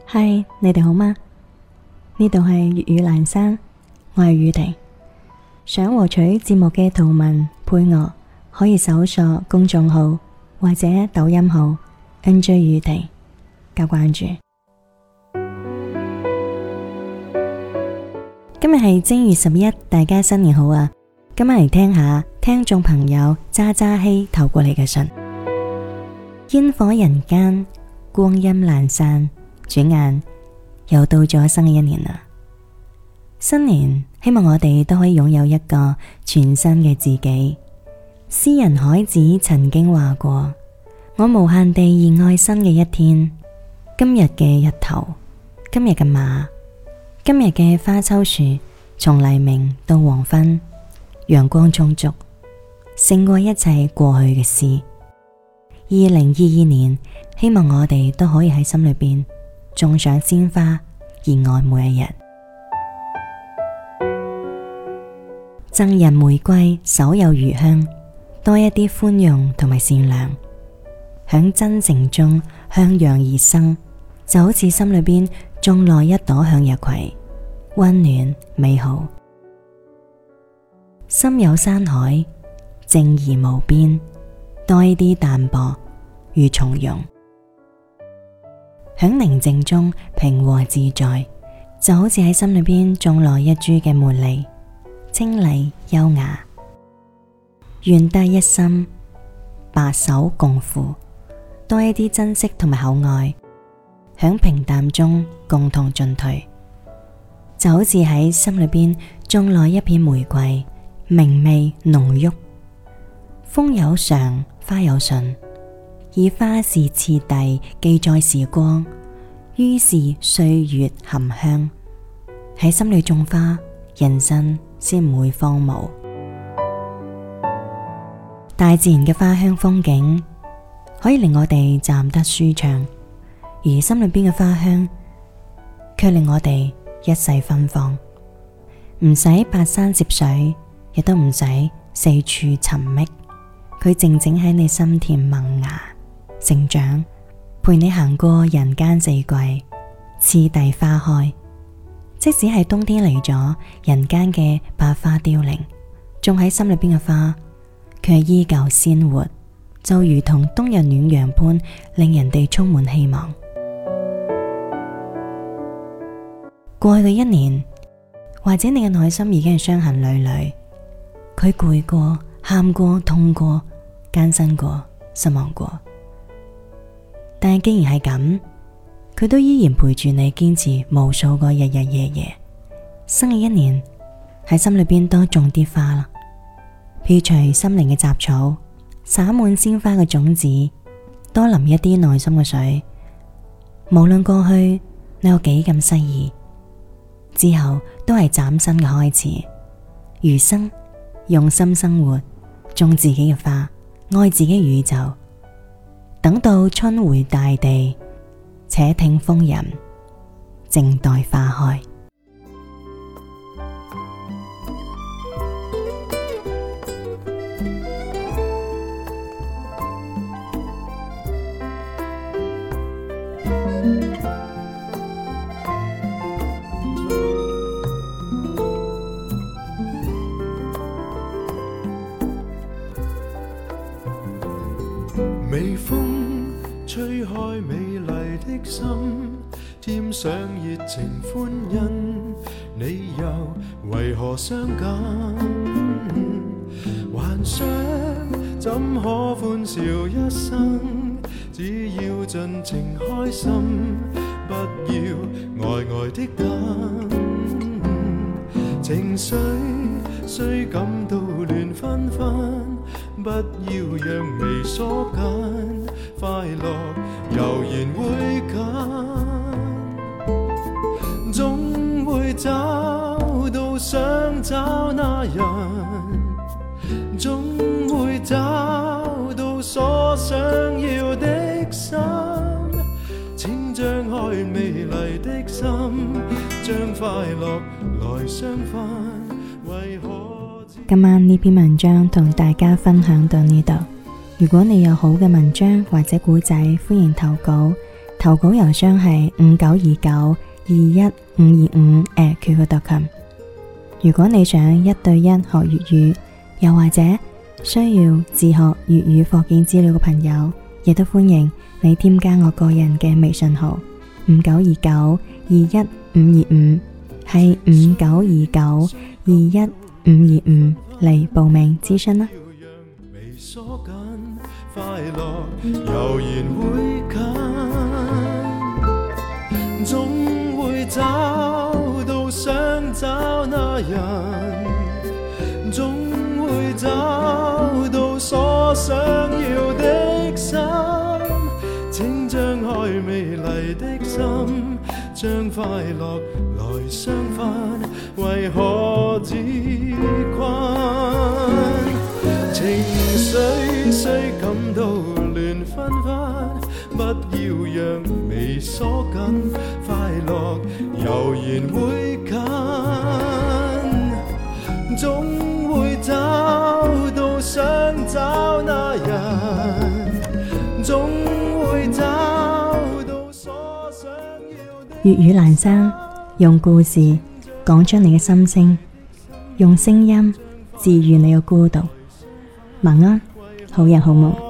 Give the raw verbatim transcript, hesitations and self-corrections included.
嗨，Hi， 你哋好嗎？呢度係粵語闌珊，我係宇婷。想獲取節目嘅圖文配樂，可以搜索公眾號或者抖音號 N J 宇婷加關注。今日係正月十一，大家新年好啊！今晚嚟聽下聽眾朋友渣渣希投過嚟嘅信。煙火人間，光陰闌珊，轉眼又到咗新嘅一年啦。新年希望我哋都可以擁有一個全新嘅自己。詩人海子曾經話過，我無限地熱愛新嘅一天。今日嘅日頭，今日嘅馬，今日嘅花秋樹，從黎明到黃昏，陽光充足，勝過一切過去嘅事。二零二二年，希望我哋都可以喺心裏邊種上鮮花，熱愛每一日。贈人玫瑰，手有餘香，多一啲寬容同埋善良，響真誠中向陽而生，就好似心裏邊種落一朵向日葵，溫暖美好。心有山海，靜而無邊，多一啲淡泊與從容，響寧靜中平和自在，就好似喺心裏邊種落一株嘅茉莉，清麗優雅。願得一心，白首共赴，多一啲珍惜同埋厚愛，響平淡中共同進退，就好似喺心裏邊種落一片玫瑰，明媚濃郁。風有常，花有順，以花事次第記載時光，於是歲月含香。喺心裏種花，人生先唔會荒蕪。大自然嘅花香風景可以令我哋站得舒暢，而心裏邊嘅花香卻令我哋一世芬芳。唔使跋山涉水，亦都唔使四處尋覓，佢靜靜喺你心田萌芽成長，陪你行過人間四季，次第花開。即使係冬天嚟咗，人間嘅百花凋零，種喺心裏邊嘅花卻依舊鮮活，就如同冬日暖陽般，令人哋充滿希望。過去嘅一年，或者你嘅內心已經係傷痕累累，佢攰過、喊過、痛過、艱辛過、失望過，但係既然係咁，佢都依然陪住你堅持無數個日日夜夜。新嘅一年，喺心裏邊多種啲花啦，撇除心靈嘅雜草，灑滿鮮花嘅種子，多淋一啲內心嘅水。無論過去你有幾咁失意，之後都係嶄新嘅開始。餘生用心生活，種自己嘅花，愛自己宇宙。等到春回大地，且聽風吟，靜待花開。 微風吹開美麗的心，添上熱情歡欣，你又為何傷感？幻想怎可歡笑一生？只要盡情開心，不要呆呆的等。情緒雖感到亂紛紛，不要讓眉鎖緊，快樂悠然會近，總會找到想找那人，總會找到所想要的心，請張開美麗的心，將快樂來相分。為何今晚呢篇文章同大家分享到呢度。如果你有好嘅文章或者故仔，歡迎投稿。 投稿郵箱係五九二九二一五二五 at Q Q 點 com。如果你想一對一學粵語，又或者需要自學粵語課件資料嘅朋友，亦都歡迎你添加我個人嘅微信號五九二九二一五二五，係五九二九二一五二五嚟報名諮詢啦。 微鎖緊，快樂悠然會近，總會找到想找那人，總會找到所想要的心，請張開美麗的心，將快樂來相分，為何自困？情緒雖感到亂紛紛，不要讓眉鎖緊，快樂悠然會近，總會找到想找那人，總會找到所想要的。 粵語闌珊，用故事講出你嘅心聲，用聲音治愈你嘅孤獨。晚安，好人好夢。